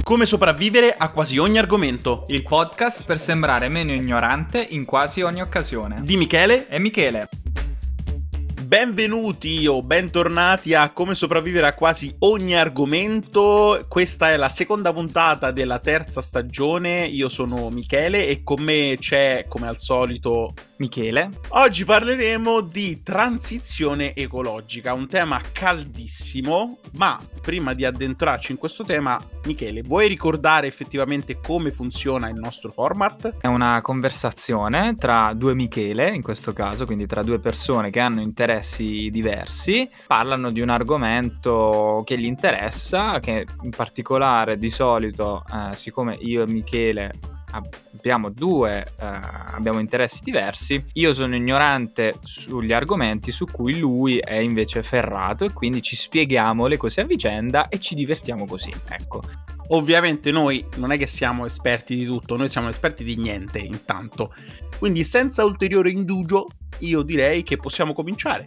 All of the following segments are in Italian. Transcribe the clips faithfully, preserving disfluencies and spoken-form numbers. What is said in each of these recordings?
Come sopravvivere a quasi ogni argomento. Il podcast per sembrare meno ignorante in quasi ogni occasione. Di Michele e Michele. Benvenuti o bentornati a Come sopravvivere a quasi ogni argomento. Questa è la seconda puntata della terza stagione. Io sono Michele e con me c'è, come al solito, Michele. Oggi parleremo di transizione ecologica, un tema caldissimo, ma prima di addentrarci in questo tema, Michele, vuoi ricordare effettivamente come funziona il nostro format? È una conversazione tra due Michele, in questo caso, quindi tra due persone che hanno interessi diversi, parlano di un argomento che gli interessa, che in particolare di solito, eh, siccome io e Michele abbiamo due eh, abbiamo interessi diversi, io sono ignorante sugli argomenti su cui lui è invece ferrato, e quindi ci spieghiamo le cose a vicenda e ci divertiamo così, ecco. Ovviamente noi non è che siamo esperti di tutto, noi siamo esperti di niente intanto, quindi senza ulteriore indugio io direi che possiamo cominciare.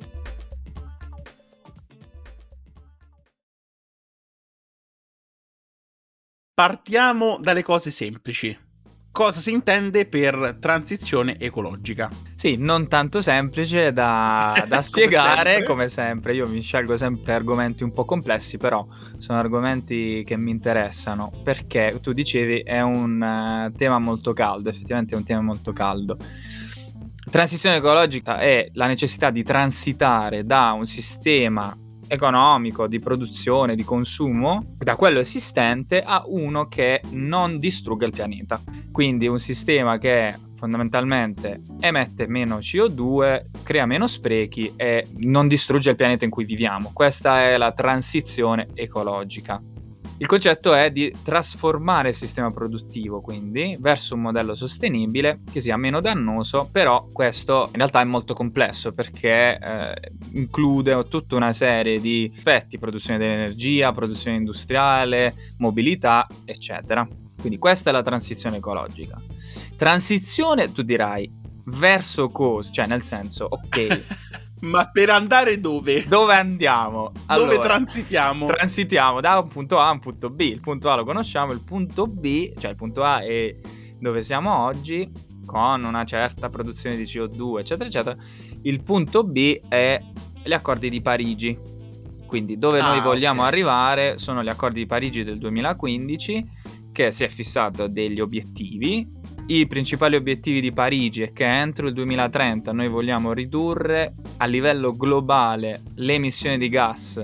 Partiamo dalle cose semplici. Cosa si intende per transizione ecologica? Sì, non tanto semplice da, da spiegare, sempre. come sempre. Io mi scelgo sempre argomenti un po' complessi, però sono argomenti che mi interessano, perché tu dicevi è un uh, tema molto caldo, effettivamente è un tema molto caldo. Transizione ecologica è la necessità di transitare da un sistema economico, di produzione, di consumo, da quello esistente a uno che non distrugga il pianeta. Quindi un sistema che fondamentalmente emette meno C O due, crea meno sprechi e non distrugge il pianeta in cui viviamo. Questa è la transizione ecologica. Il concetto è di trasformare il sistema produttivo, quindi, verso un modello sostenibile che sia meno dannoso, però questo in realtà è molto complesso perché eh, include tutta una serie di aspetti: produzione dell'energia, produzione industriale, mobilità, eccetera. Quindi questa è la transizione ecologica. Transizione, tu dirai, verso cosa? Cioè, nel senso, ok... Ma per andare dove? Dove andiamo? Allora, dove transitiamo? Transitiamo da un punto A a un punto B. Il punto A lo conosciamo, il punto B, cioè il punto A è dove siamo oggi, con una certa produzione di C O due, eccetera, eccetera. Il punto B è gli accordi di Parigi. Quindi dove ah, noi vogliamo okay. arrivare sono gli accordi di Parigi del duemilaquindici, che si è fissato degli obiettivi. I principali obiettivi di Parigi è che entro il duemilatrenta noi vogliamo ridurre a livello globale le emissioni di gas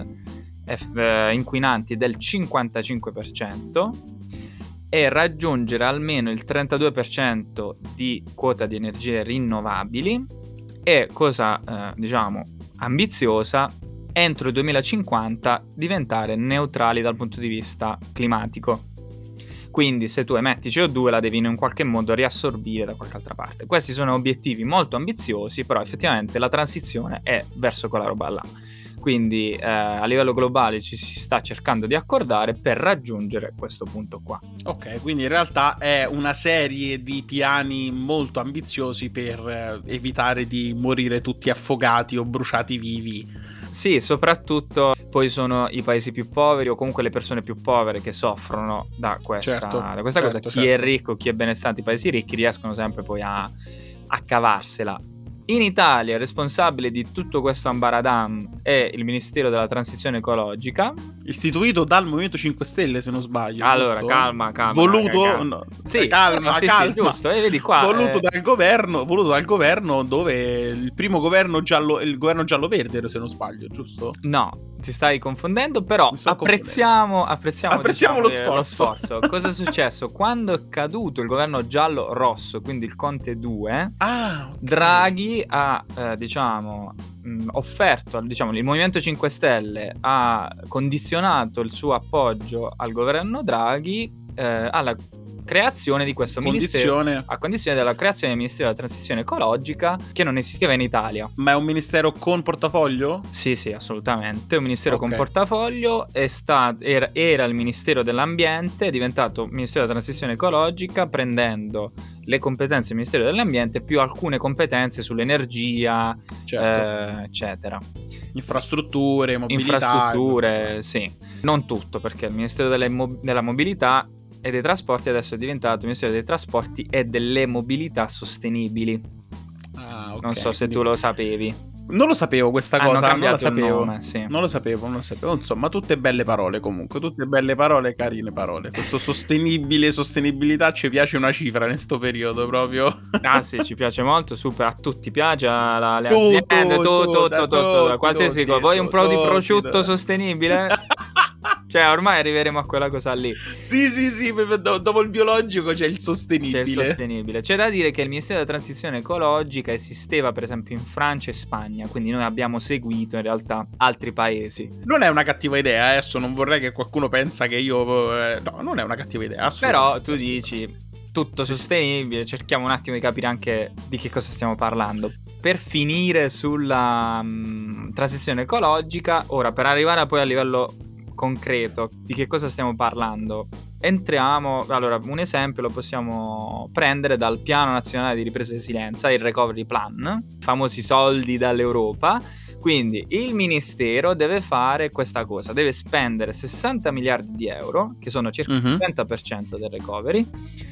eh, inquinanti del cinquantacinque per cento e raggiungere almeno il trentadue per cento di quota di energie rinnovabili e, cosa eh, diciamo ambiziosa, entro il duemilacinquanta diventare neutrali dal punto di vista climatico. Quindi se tu emetti C O due la devi in qualche modo riassorbire da qualche altra parte. Questi sono obiettivi molto ambiziosi, però effettivamente la transizione è verso quella roba là. Quindi eh, a livello globale ci si sta cercando di accordare per raggiungere questo punto qua. Ok, quindi in realtà è una serie di piani molto ambiziosi per eh, evitare di morire tutti affogati o bruciati vivi. Sì, soprattutto poi sono i paesi più poveri o comunque le persone più povere che soffrono da questa, certo, da questa certo, cosa. Chi certo. è ricco, chi è benestante, i paesi ricchi riescono sempre poi a, a cavarsela. In Italia il responsabile di tutto questo ambaradam è il Ministero della Transizione Ecologica, istituito dal Movimento cinque Stelle, se non sbaglio. Allora, giusto? calma, calma. Voluto, calma. no, sì, calma, no, sì, calma. Sì, giusto. E vedi qua. Voluto eh... dal governo, voluto dal governo dove il primo governo giallo, il governo giallo-verde, se non sbaglio, giusto? No, ti stai confondendo, però apprezziamo, apprezziamo, apprezziamo diciamo, lo sforzo. Lo sforzo. Cosa è successo? Quando è caduto il governo giallo-rosso, quindi il Conte due, ah, okay. Draghi ha, eh, diciamo, mh, offerto, diciamo, il Movimento cinque Stelle ha condizionato il suo appoggio al governo Draghi eh, alla creazione di questo condizione. ministero, a condizione della creazione del Ministero della Transizione Ecologica, che non esisteva in Italia. Ma è un ministero con portafoglio? Sì, sì, assolutamente. Un ministero okay. con portafoglio. È sta- era, era il Ministero dell'Ambiente, è diventato Ministero della Transizione Ecologica, prendendo le competenze del Ministero dell'Ambiente più alcune competenze sull'energia, certo. eh, eccetera. Infrastrutture, mobilità. Infrastrutture, sì. Non tutto, perché il Ministero delle mo- della Mobilità e dei Trasporti adesso è diventato Ministero dei Trasporti e delle Mobilità Sostenibili. Ah, ok. Non so se Quindi tu lo sapevi. non lo sapevo questa Hanno cosa, non la cambiato il sapevo. nome, sì. Non lo sapevo, non lo sapevo. Insomma, tutte belle parole comunque, tutte belle parole, carine parole. Questo sostenibile, sostenibilità ci piace una cifra in sto periodo proprio. Ah sì, ci piace molto, super, a tutti piace, alla- alle Tutto, aziende, tutto, tutto, tutto, tutto, tutto, tutti, qualsiasi tutti, cosa. Vuoi un po' di tutti, prosciutto tutti. sostenibile? Cioè, ormai arriveremo a quella cosa lì. Sì, sì, sì, do- dopo il biologico c'è il C'è sostenibile. il sostenibile. C'è da dire che il Ministero della Transizione Ecologica esisteva per esempio in Francia e Spagna, quindi noi abbiamo seguito in realtà altri paesi. Non è una cattiva idea, adesso non vorrei che qualcuno pensa che io... eh, no, non è una cattiva idea, Però assolutamente. tu dici tutto sostenibile, cerchiamo un attimo di capire anche di che cosa stiamo parlando. Per finire sulla mh, transizione ecologica, ora per arrivare poi a livello concreto di che cosa stiamo parlando, entriamo, allora un esempio lo possiamo prendere dal Piano Nazionale di Ripresa e Resilienza, il Recovery Plan, famosi soldi dall'Europa. Quindi il ministero deve fare questa cosa, deve spendere sessanta miliardi di euro, che sono circa Mhm. il trenta per cento del recovery,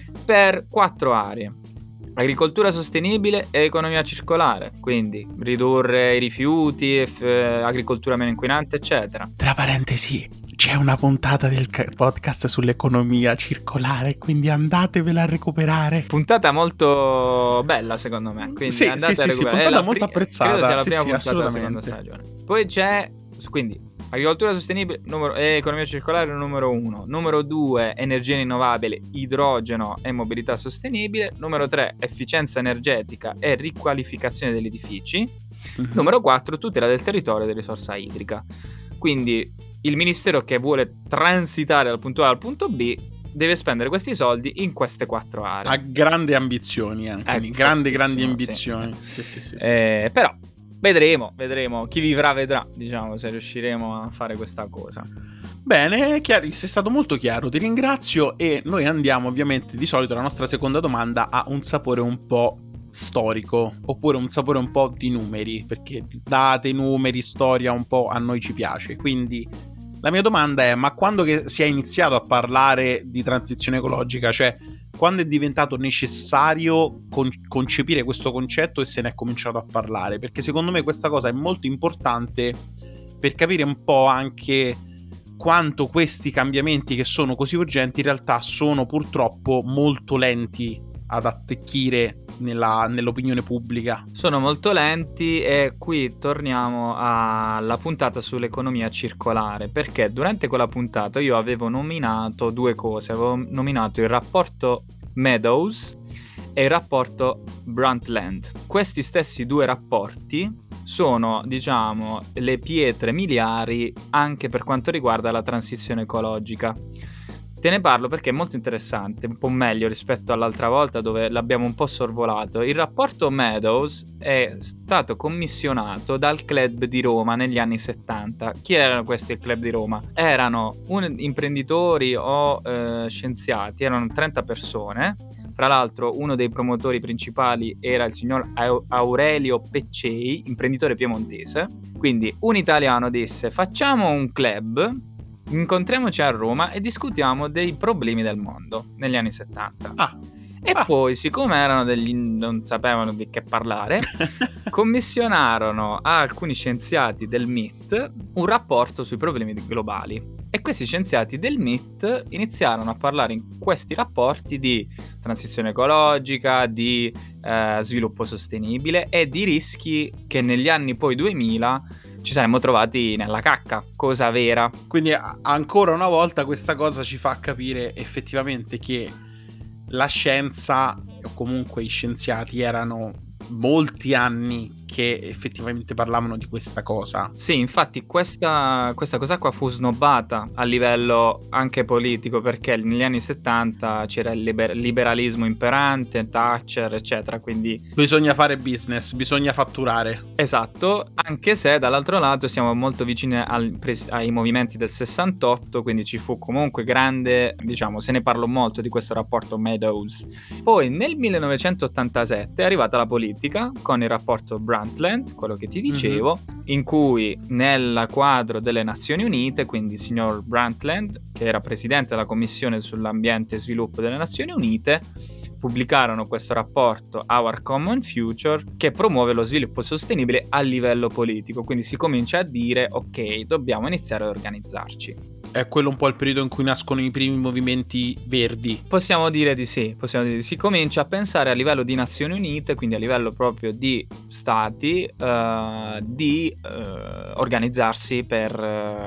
per quattro aree: agricoltura sostenibile e economia circolare, quindi ridurre i rifiuti, f- agricoltura meno inquinante, eccetera. Tra parentesi, c'è una puntata del ca- podcast sull'economia circolare, quindi andatevela a recuperare. Puntata molto bella secondo me, quindi Sì, andate sì, a sì, sì, recuperare. È puntata la molto pri- Credo sia apprezzata. la Sì, prima sì, puntata della seconda assolutamente. stagione. Poi c'è, quindi, agricoltura sostenibile numero, e economia circolare numero uno. Numero due, energia rinnovabile, idrogeno e mobilità sostenibile. Numero tre, efficienza energetica e riqualificazione degli edifici. Mhm. Numero quattro, tutela del territorio e della risorsa idrica. Quindi il ministero che vuole transitare dal punto A al punto B deve spendere questi soldi in queste quattro aree. Ha grandi ambizioni anche, Eh, quindi grandi, grandi fortissimo, ambizioni. Sì, sì, sì, sì. Eh, però vedremo, vedremo, chi vivrà vedrà, diciamo, se riusciremo a fare questa cosa. Bene, chiaro, sei stato molto chiaro, ti ringrazio e noi andiamo ovviamente, di solito la nostra seconda domanda ha un sapore un po' storico, oppure un sapore un po' di numeri, perché date, numeri, storia un po' a noi ci piace, quindi la mia domanda è: ma quando che si è iniziato a parlare di transizione ecologica, cioè quando è diventato necessario con- concepire questo concetto e se ne è cominciato a parlare? Perché secondo me questa cosa è molto importante per capire un po' anche quanto questi cambiamenti che sono così urgenti in realtà sono purtroppo molto lenti ad attecchire nella, nell'opinione pubblica. Sono molto lenti e qui torniamo alla puntata sull'economia circolare, perché durante quella puntata io avevo nominato due cose, avevo nominato il rapporto Meadows e il rapporto Brundtland. Questi stessi due rapporti sono, diciamo, le pietre miliari anche per quanto riguarda la transizione ecologica. Te ne parlo perché è molto interessante, un po' meglio rispetto all'altra volta dove l'abbiamo un po' sorvolato. Il rapporto Meadows è stato commissionato dal club di Roma negli anni settanta. Chi erano questi il club di Roma? Erano un, imprenditori o eh, scienziati, erano trenta persone. Tra l'altro uno dei promotori principali era il signor Aurelio Peccei, imprenditore piemontese. Quindi un italiano disse: facciamo un club, incontriamoci a Roma e discutiamo dei problemi del mondo negli anni settanta. Ah. E ah. poi, siccome erano degli non sapevano di che parlare, commissionarono a alcuni scienziati del M I T un rapporto sui problemi globali. E questi scienziati del M I T iniziarono a parlare in questi rapporti di transizione ecologica, di eh, sviluppo sostenibile e di rischi che negli anni poi duemila ci saremmo trovati nella cacca, cosa vera. Quindi a- ancora una volta questa cosa ci fa capire effettivamente che la scienza, o comunque i scienziati, erano molti anni che effettivamente parlavano di questa cosa. Sì, infatti questa, questa cosa qua fu snobbata a livello anche politico, perché negli anni settanta c'era il liber- liberalismo imperante, Thatcher, eccetera, quindi Bisogna fare business, bisogna fatturare. esatto, anche se dall'altro lato siamo molto vicini al pres- ai movimenti del sessantotto, quindi ci fu comunque grande, diciamo, se ne parlò molto di questo rapporto Meadows. Poi nel millenovecentottantasette è arrivata la politica con il rapporto Brundtland, Brundtland, quello che ti dicevo, mm-hmm. in cui nel quadro delle Nazioni Unite, quindi il signor Brundtland, che era presidente della Commissione sull'ambiente e sviluppo delle Nazioni Unite, pubblicarono questo rapporto Our Common Future, che promuove lo sviluppo sostenibile a livello politico. Quindi si comincia a dire ok, dobbiamo iniziare ad organizzarci. È quello un po' il periodo in cui nascono i primi movimenti verdi. Possiamo dire di sì, possiamo dire di sì. Si comincia a pensare a livello di Nazioni Unite, quindi a livello proprio di stati, uh, di uh, organizzarsi per,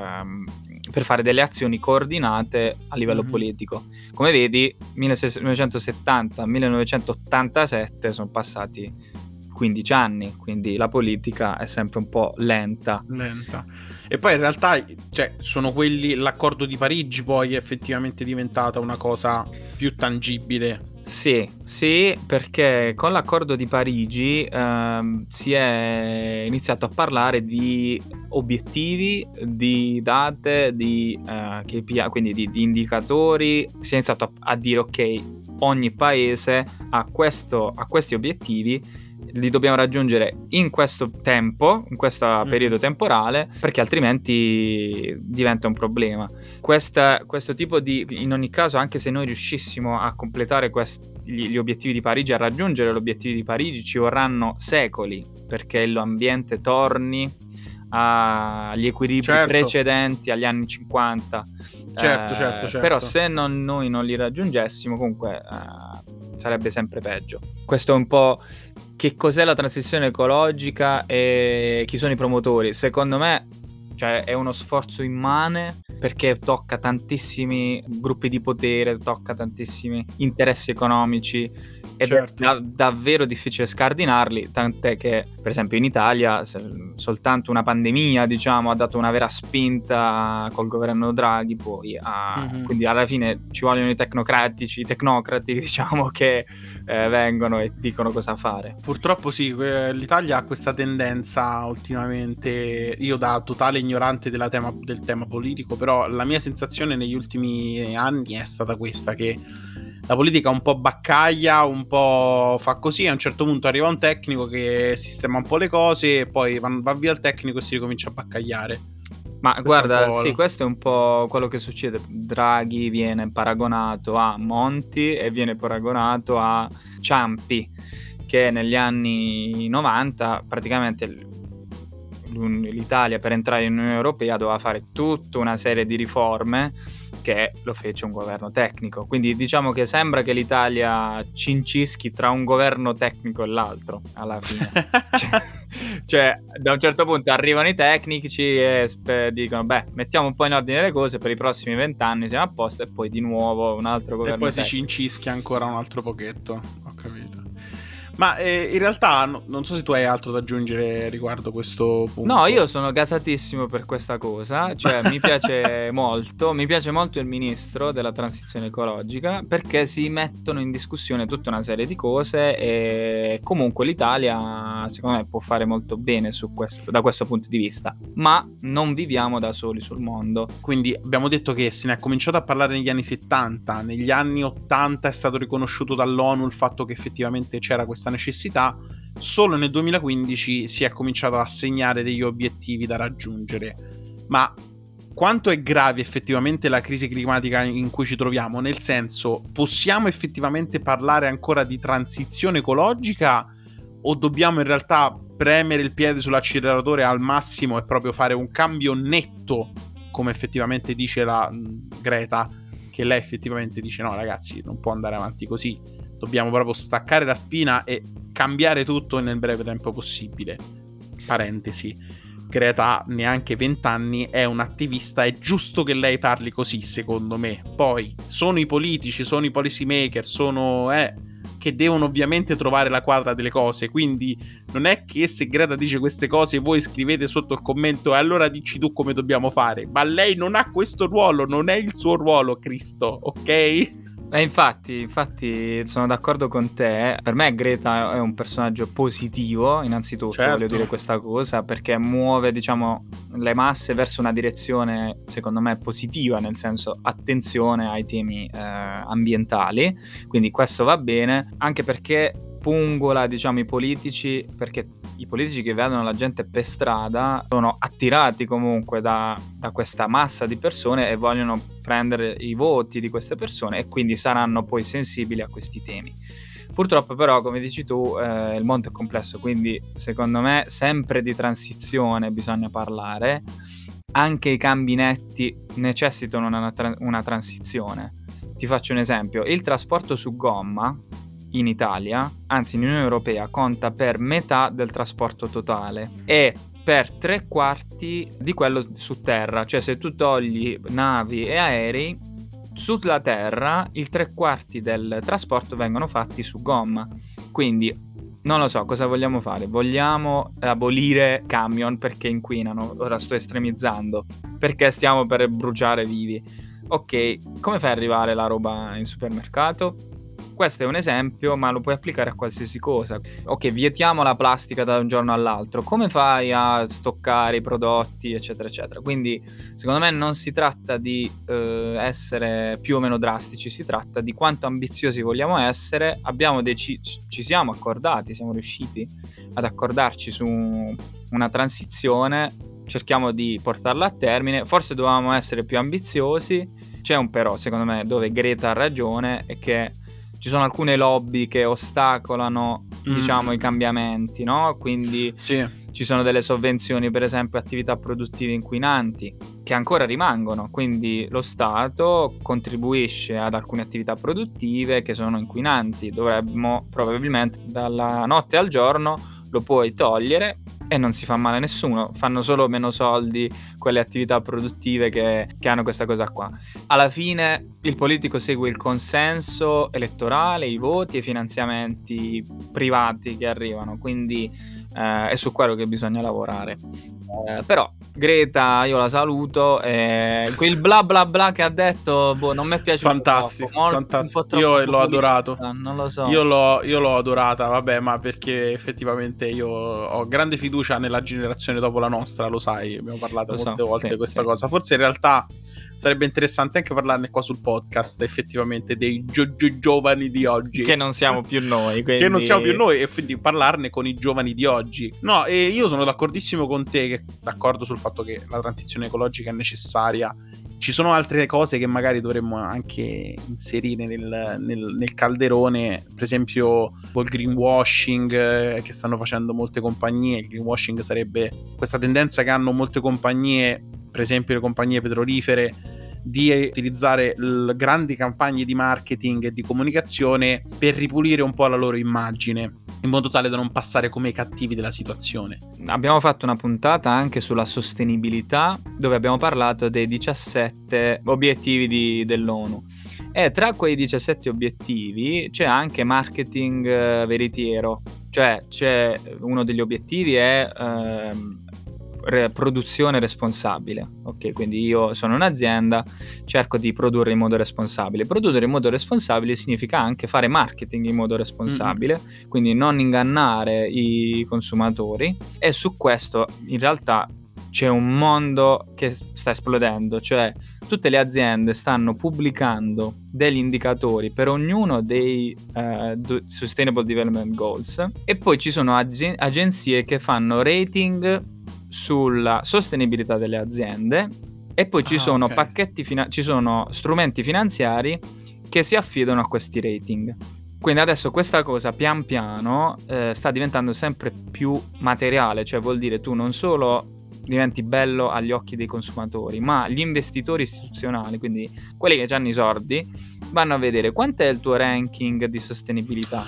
uh, per fare delle azioni coordinate a livello mm-hmm. politico. Come vedi, millenovecentosettanta millenovecentottantasette sono passati quindici anni, quindi la politica è sempre un po' lenta. Lenta. E poi in realtà, cioè, sono quelli, l'accordo di Parigi poi è effettivamente diventata una cosa più tangibile. Sì, sì, perché con l'accordo di Parigi ehm, si è iniziato a parlare di obiettivi, di date, di eh, K P I, quindi di, di indicatori. Si è iniziato a, a dire ok, ogni paese ha, questo, ha questi obiettivi, li dobbiamo raggiungere in questo tempo, in questo mm. periodo temporale, perché altrimenti diventa un problema. Questa, questo tipo di, in ogni caso, anche se noi riuscissimo a completare questi, gli, gli obiettivi di Parigi, a raggiungere gli obiettivi di Parigi, ci vorranno secoli perché l'ambiente torni agli equilibri certo. precedenti agli anni cinquanta. Certo, eh, certo, certo. Però se non, noi non li raggiungessimo, comunque eh, sarebbe sempre peggio. Questo è un po' che cos'è la transizione ecologica e chi sono i promotori. Secondo me, cioè, è uno sforzo immane, perché tocca tantissimi gruppi di potere, tocca tantissimi interessi economici ed certo. è da- davvero difficile scardinarli, tant'è che per esempio in Italia soltanto una pandemia, diciamo, ha dato una vera spinta col governo Draghi poi a... mm-hmm. quindi alla fine ci vogliono i tecnocratici, i tecnocrati, diciamo, che eh, vengono e dicono cosa fare. Purtroppo sì, l'Italia ha questa tendenza ultimamente, io da totale ignorante della tema, del tema politico, però la mia sensazione negli ultimi anni è stata questa, che la politica un po' baccaglia, un po' fa così, a un certo punto arriva un tecnico che sistema un po' le cose e poi va, va via il tecnico e si ricomincia a baccagliare. Ma questo guarda, sì, questo è un po' quello che succede. Draghi viene paragonato a Monti e viene paragonato a Ciampi, che negli anni novanta praticamente l'Italia per entrare in Unione Europea doveva fare tutta una serie di riforme che lo fece un governo tecnico. Quindi diciamo che sembra che l'Italia cincischi tra un governo tecnico e l'altro alla fine. cioè, cioè da un certo punto arrivano i tecnici e spe- dicono beh, mettiamo un po' in ordine le cose, per i prossimi vent'anni siamo a posto, e poi di nuovo un altro governo e poi tecnico. Si cincischia ancora un altro pochetto. Ho capito. Ma eh, in realtà no, non so se tu hai altro da aggiungere riguardo questo punto. No, io sono gasatissimo per questa cosa, cioè mi piace molto, mi piace molto il ministro della transizione ecologica, perché si mettono in discussione tutta una serie di cose e comunque l'Italia secondo me può fare molto bene su questo, da questo punto di vista, ma non viviamo da soli sul mondo. Quindi abbiamo detto che se ne è cominciato a parlare negli anni settanta, negli anni ottanta è stato riconosciuto dall'ONU il fatto che effettivamente c'era questa necessità, solo nel duemilaquindici si è cominciato a assegnare degli obiettivi da raggiungere. Ma quanto è grave effettivamente la crisi climatica in cui ci troviamo? Nel senso, possiamo effettivamente parlare ancora di transizione ecologica o dobbiamo in realtà premere il piede sull'acceleratore al massimo e proprio fare un cambio netto, come effettivamente dice la Greta, che lei effettivamente dice no ragazzi, non può andare avanti così, dobbiamo proprio staccare la spina e cambiare tutto nel breve tempo possibile. Parentesi, Greta ha neanche venti anni, è un'attivista, è giusto che lei parli così secondo me. Poi sono i politici, sono i policy maker, sono eh, che devono ovviamente trovare la quadra delle cose, quindi non è che se Greta dice queste cose voi scrivete sotto il commento e allora dici tu come dobbiamo fare, ma lei non ha questo ruolo, non è il suo ruolo, Cristo, ok? Eh, infatti, infatti sono d'accordo con te. Per me Greta è un personaggio positivo, innanzitutto, certo. Voglio dire questa cosa, perché muove, diciamo, le masse verso una direzione, secondo me, positiva, nel senso attenzione ai temi eh, ambientali, quindi questo va bene, anche perché pungola, diciamo, i politici, perché i politici che vedono la gente per strada sono attirati comunque da, da questa massa di persone e vogliono prendere i voti di queste persone, e quindi saranno poi sensibili a questi temi. Purtroppo però, come dici tu, eh, il mondo è complesso, quindi secondo me sempre di transizione bisogna parlare. Anche i cambi netti necessitano una, tra- una transizione. Ti faccio un esempio: il trasporto su gomma in Italia, anzi in Unione Europea, conta per metà del trasporto totale e per tre quarti di quello su terra. Cioè, se tu togli navi e aerei, sulla terra il tre quarti del trasporto vengono fatti su gomma. Quindi non lo so cosa vogliamo fare. Vogliamo abolire camion perché inquinano? Ora sto estremizzando, perché stiamo per bruciare vivi. Ok, come fai ad arrivare la roba in supermercato? Questo è un esempio, ma lo puoi applicare a qualsiasi cosa. Ok, vietiamo la plastica da un giorno all'altro. Come fai a stoccare i prodotti, eccetera, eccetera? Quindi, secondo me, non si tratta di eh, essere più o meno drastici, si tratta di quanto ambiziosi vogliamo essere. Abbiamo deci- ci siamo accordati, siamo riusciti ad accordarci su una transizione. Cerchiamo di portarla a termine. Forse dovevamo essere più ambiziosi. C'è un però, secondo me, dove Greta ha ragione, è che ci sono alcune lobby che ostacolano, mm. diciamo, i cambiamenti, no? Quindi sì. Ci sono delle sovvenzioni, per esempio attività produttive inquinanti, che ancora rimangono, quindi lo Stato contribuisce ad alcune attività produttive che sono inquinanti. Dovremmo probabilmente dalla notte al giorno lo puoi togliere e non si fa male a nessuno, fanno solo meno soldi quelle attività produttive che, che hanno questa cosa qua. Alla fine il politico segue il consenso elettorale, i voti e i finanziamenti privati che arrivano, quindi eh, è su quello che bisogna lavorare. Eh, però Greta io la saluto, eh, quel bla bla bla che ha detto, boh, non mi è piaciuto. Fantastico, troppo, molto, fantastico. un po' troppo Io l'ho adorato. Non lo so. Io l'ho, io l'ho adorata, vabbè, ma perché effettivamente io ho grande fiducia nella generazione dopo la nostra, lo sai, abbiamo parlato Lo molte so, volte di sì, questa sì. cosa. Forse in realtà sarebbe interessante anche parlarne qua sul podcast, effettivamente, dei gio- gio- giovani di oggi. Che non siamo più noi, quindi... Che non siamo più noi, e quindi parlarne con i giovani di oggi. No, e io sono d'accordissimo con te, che d'accordo sul fatto che la transizione ecologica è necessaria. Ci sono altre cose che magari dovremmo anche inserire nel, nel, nel calderone, per esempio il greenwashing eh, che stanno facendo molte compagnie. Il greenwashing sarebbe questa tendenza che hanno molte compagnie, per esempio le compagnie petrolifere, di utilizzare l- grandi campagne di marketing e di comunicazione per ripulire un po' la loro immagine, in modo tale da non passare come i cattivi della situazione. Abbiamo fatto una puntata anche sulla sostenibilità, dove abbiamo parlato dei diciassette obiettivi di, dell'ONU, e tra quei diciassette obiettivi c'è anche marketing eh, veritiero, cioè c'è uno degli obiettivi è ehm, re- produzione responsabile. Ok, quindi io sono un'azienda, cerco di produrre in modo responsabile. Produrre in modo responsabile significa anche fare marketing in modo responsabile, mm-hmm. quindi non ingannare i consumatori, e su questo in realtà c'è un mondo che sta esplodendo, cioè tutte le aziende stanno pubblicando degli indicatori per ognuno dei uh, Sustainable Development Goals, e poi ci sono ag- agenzie che fanno rating sulla sostenibilità delle aziende, e poi ci ah, sono okay. pacchetti fina- ci sono strumenti finanziari che si affidano a questi rating. Quindi adesso questa cosa pian piano eh, sta diventando sempre più materiale, cioè vuol dire tu non solo diventi bello agli occhi dei consumatori, ma gli investitori istituzionali, quindi quelli che hanno i soldi, vanno a vedere quanto è il tuo ranking di sostenibilità.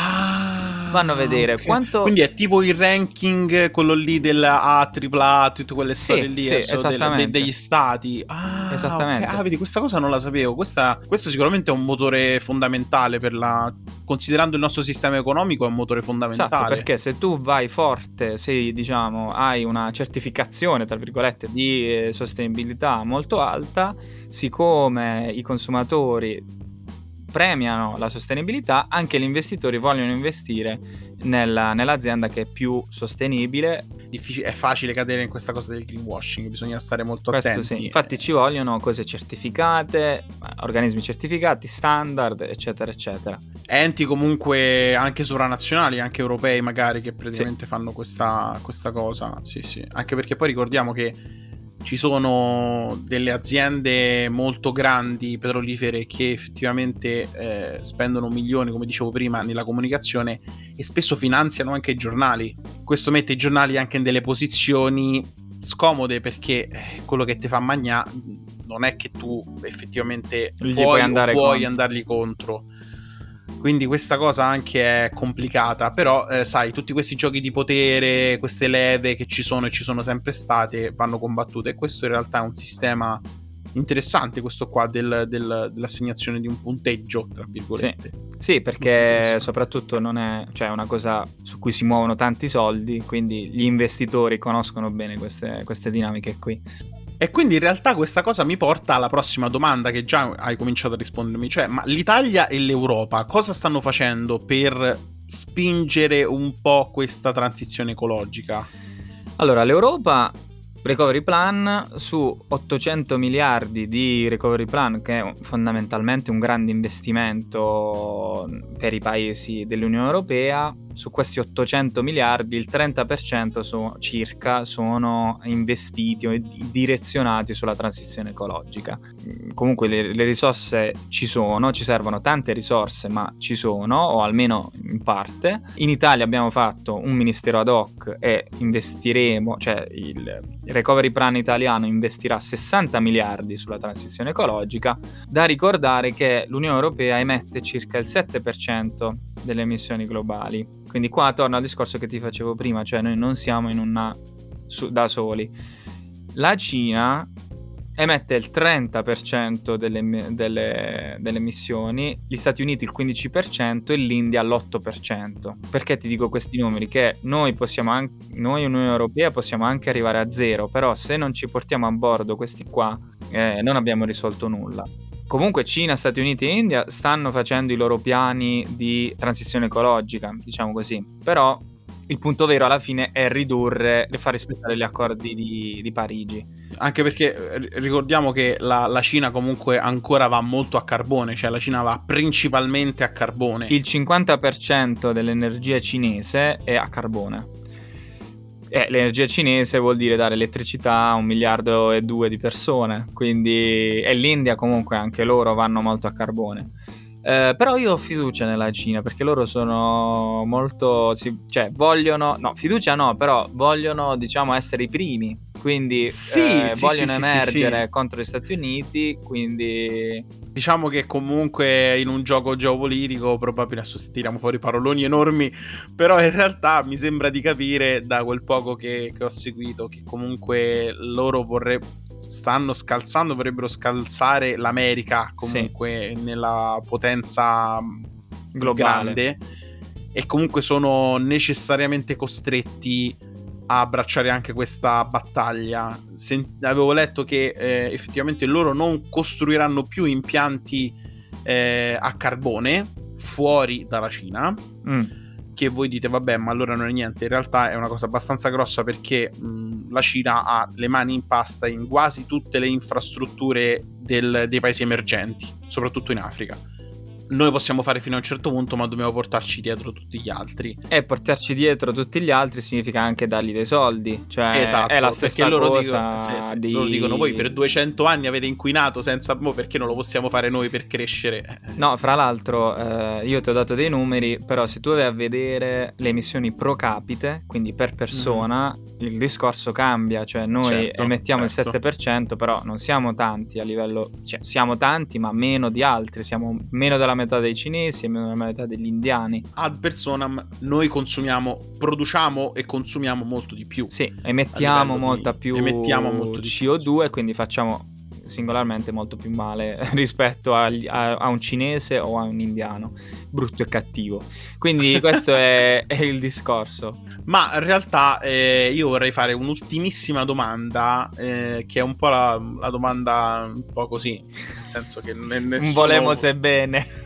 Ah, vanno a vedere okay. quanto... Quindi è tipo il ranking, quello lì della A, tripla, tutte quelle storie sì, lì, sì, del, de, degli stati. Ah, esattamente. Okay. Ah, vedi, questa cosa non la sapevo. Questa, questo sicuramente è un motore fondamentale per la... Considerando il nostro sistema economico, è un motore fondamentale. Esatto, perché se tu vai forte, sei, diciamo, hai una certificazione, tra virgolette, di eh, sostenibilità molto alta, siccome i consumatori premiano la sostenibilità, anche gli investitori vogliono investire nella, nell'azienda che è più sostenibile. Difficile, è facile cadere in questa cosa del greenwashing, bisogna stare molto Questo attenti. sì, infatti ci vogliono cose certificate, organismi certificati, standard, eccetera, eccetera. Enti comunque anche sovranazionali, anche europei magari, che praticamente sì. fanno questa, questa cosa. Sì, sì. Anche perché poi ricordiamo che ci sono delle aziende molto grandi petrolifere che effettivamente eh, spendono milioni, come dicevo prima, nella comunicazione e spesso finanziano anche i giornali. Questo mette i giornali anche in delle posizioni scomode, perché eh, quello che ti fa magnà non è che tu effettivamente Gli puoi, puoi andare puoi contro. andargli contro. Quindi questa cosa anche è complicata, però eh, sai, tutti questi giochi di potere, queste leve che ci sono e ci sono sempre state, vanno combattute, e questo in realtà è un sistema interessante, questo qua del, del, dell'assegnazione di un punteggio, tra virgolette. Sì, sì, perché soprattutto non è, cioè, una cosa su cui si muovono tanti soldi, quindi gli investitori conoscono bene queste, queste dinamiche qui. E quindi in realtà questa cosa mi porta alla prossima domanda, che già hai cominciato a rispondermi, cioè ma l'Italia e l'Europa cosa stanno facendo per spingere un po' questa transizione ecologica? Allora, l'Europa, recovery plan, su ottocento miliardi di recovery plan, che è fondamentalmente un grande investimento per i paesi dell'Unione Europea. Su questi ottocento miliardi il trenta per cento so, circa sono investiti o direzionati sulla transizione ecologica. Comunque le, le risorse ci sono, ci servono tante risorse, ma ci sono, o almeno in parte. In Italia abbiamo fatto un ministero ad hoc e investiremo, cioè il recovery plan italiano investirà sessanta miliardi sulla transizione ecologica. Da ricordare che l'Unione Europea emette circa il sette per cento delle emissioni globali. Quindi qua torno al discorso che ti facevo prima, cioè noi non siamo in una su, da soli. La Cina emette il trenta per cento delle, delle, delle emissioni, gli Stati Uniti il quindici per cento e l'India l'otto per cento. Perché ti dico questi numeri? Che noi possiamo anche, noi Unione Europea possiamo anche arrivare a zero, però se non ci portiamo a bordo questi qua eh, non abbiamo risolto nulla. Comunque Cina, Stati Uniti e India stanno facendo i loro piani di transizione ecologica, diciamo così, però il punto vero alla fine è ridurre e far rispettare gli accordi di, di Parigi. Anche perché ricordiamo che la, la Cina comunque ancora va molto a carbone, cioè la Cina va principalmente a carbone. Il cinquanta per cento dell'energia cinese è a carbone. Eh, l'energia cinese vuol dire dare elettricità a un miliardo e due di persone, quindi e l'India comunque anche loro vanno molto a carbone. Eh, però io ho fiducia nella Cina, perché loro sono molto, cioè vogliono, no fiducia no, però vogliono, diciamo, essere i primi, quindi sì, eh, sì, vogliono sì, emergere sì, sì. contro gli Stati Uniti, quindi diciamo che comunque in un gioco geopolitico probabilmente, adesso tiriamo fuori paroloni enormi, però in realtà mi sembra di capire da quel poco che, che ho seguito che comunque loro vorrebbero, stanno scalzando, vorrebbero scalzare l'America comunque sì. nella potenza globale grande, e comunque sono necessariamente costretti a abbracciare anche questa battaglia. Sent- avevo letto che eh, effettivamente loro non costruiranno più impianti eh, a carbone fuori dalla Cina. Mm. Che voi dite vabbè, ma allora non è niente. In realtà è una cosa abbastanza grossa, perché mh, la Cina ha le mani in pasta in quasi tutte le infrastrutture del, dei paesi emergenti, soprattutto in Africa. Noi possiamo fare fino a un certo punto, ma dobbiamo portarci dietro tutti gli altri. E portarci dietro tutti gli altri significa anche dargli dei soldi, cioè esatto, è la stessa loro cosa. Dicono, sì, sì, di... loro dicono voi per duecento anni avete inquinato senza mo, perché non lo possiamo fare noi per crescere? No, fra l'altro eh, io ti ho dato dei numeri, però se tu vai a vedere le emissioni pro capite, quindi per persona, mm. il discorso cambia, cioè noi certo, emettiamo certo. il sette per cento, però non siamo tanti a livello, cioè siamo tanti ma meno di altri, siamo meno della metà dei cinesi e meno della metà degli indiani. Ad personam noi consumiamo, produciamo e consumiamo molto di più. Sì, emettiamo molta di, più emettiamo molto C O due, di quindi facciamo singolarmente molto più male rispetto a, a, a un cinese o a un indiano, brutto e cattivo. Quindi questo è, è il discorso. Ma in realtà eh, io vorrei fare un'ultimissima domanda, eh, che è un po' la, la domanda un po' così, nel senso che nessuno... un volemo se bene.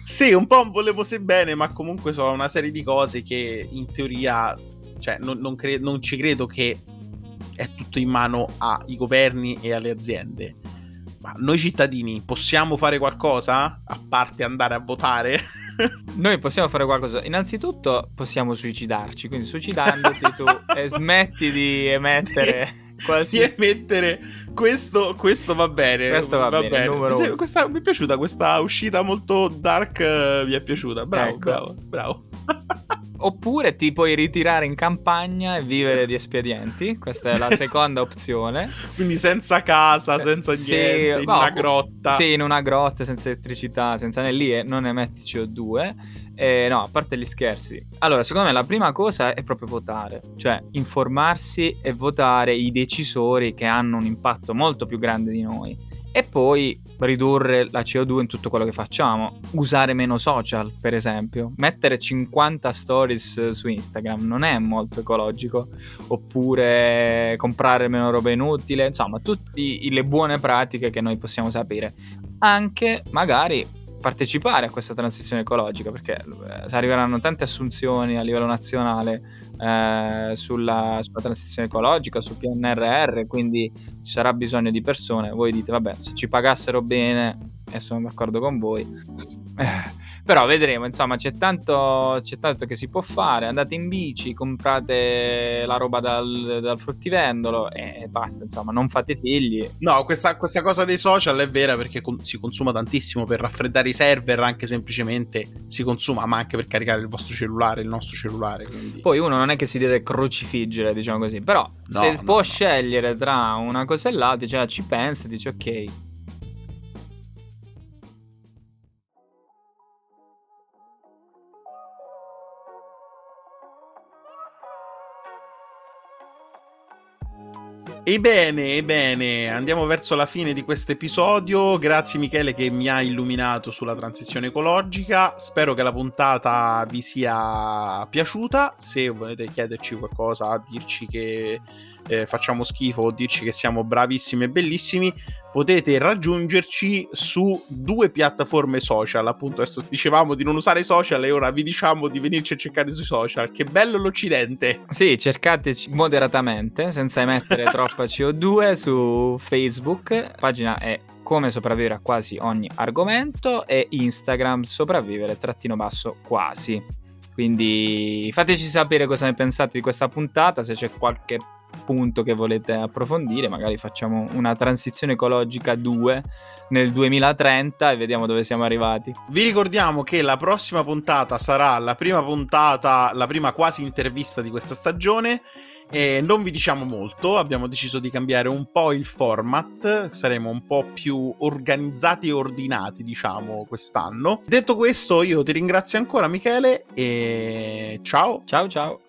Sì, un po' un volevo se bene, ma comunque sono una serie di cose che in teoria, cioè non, non, cre- non ci credo che è tutto in mano ai governi e alle aziende. Ma noi cittadini possiamo fare qualcosa? A parte andare a votare? Noi possiamo fare qualcosa. Innanzitutto possiamo suicidarci, quindi suicidandoti tu e smetti di emettere Di qualsiasi... emettere questo, questo va bene. Questo va bene, il Mi, numero se- uno. questa, mi è piaciuta questa uscita molto dark, eh, mi è piaciuta. Bravo, Ecco. bravo, bravo. Oppure ti puoi ritirare in campagna e vivere di espedienti. Questa è la seconda opzione. Quindi senza casa, senza Sì, niente, in no, una co- grotta. Sì, in una grotta, senza elettricità, senza né lì e non emetti C O due. Eh, no, a parte gli scherzi. Allora, secondo me la prima cosa è proprio votare, cioè informarsi e votare i decisori che hanno un impatto molto più grande di noi. E poi ridurre la C O due in tutto quello che facciamo. Usare meno social, per esempio. Mettere cinquanta stories su Instagram non è molto ecologico. Oppure comprare meno roba inutile. Insomma, tutte le buone pratiche che noi possiamo sapere. Anche magari partecipare a questa transizione ecologica, perché eh, arriveranno tante assunzioni a livello nazionale eh, sulla, sulla transizione ecologica, sul P N R R, quindi ci sarà bisogno di persone. Voi dite, vabbè, se ci pagassero bene, e sono d'accordo con voi, eh, però vedremo, insomma, c'è tanto, c'è tanto che si può fare. Andate in bici, comprate la roba dal, dal fruttivendolo e basta, insomma, non fate figli. No, questa, questa cosa dei social è vera, perché con- si consuma tantissimo per raffreddare i server, anche semplicemente si consuma, ma anche per caricare il vostro cellulare, il nostro cellulare. Quindi... Poi uno non è che si deve crocifiggere, diciamo così, però No, se no, può no. scegliere tra una cosa e l'altra, cioè, ci pensa e dice ok. Ebbene, ebbene, andiamo verso la fine di questo episodio. Grazie Michele che mi ha illuminato sulla transizione ecologica. Spero che la puntata vi sia piaciuta. Se volete chiederci qualcosa, dirci che eh, facciamo schifo o dirci che siamo bravissimi e bellissimi, potete raggiungerci su due piattaforme social. Appunto, adesso dicevamo di non usare i social e ora vi diciamo di venirci a cercare sui social. Che bello l'Occidente! Sì, cercateci moderatamente, senza emettere troppa C O due su Facebook. La pagina è Come sopravvivere a quasi ogni argomento e Instagram sopravvivere trattino basso quasi. Quindi fateci sapere cosa ne pensate di questa puntata, se c'è qualche punto che volete approfondire, magari facciamo una transizione ecologica due nel duemilatrenta e vediamo dove siamo arrivati. Vi ricordiamo che la prossima puntata sarà la prima puntata, la prima quasi intervista di questa stagione. E non vi diciamo molto, abbiamo deciso di cambiare un po' il format, saremo un po' più organizzati e ordinati, diciamo, quest'anno. Detto questo, io ti ringrazio ancora Michele e ciao! Ciao ciao!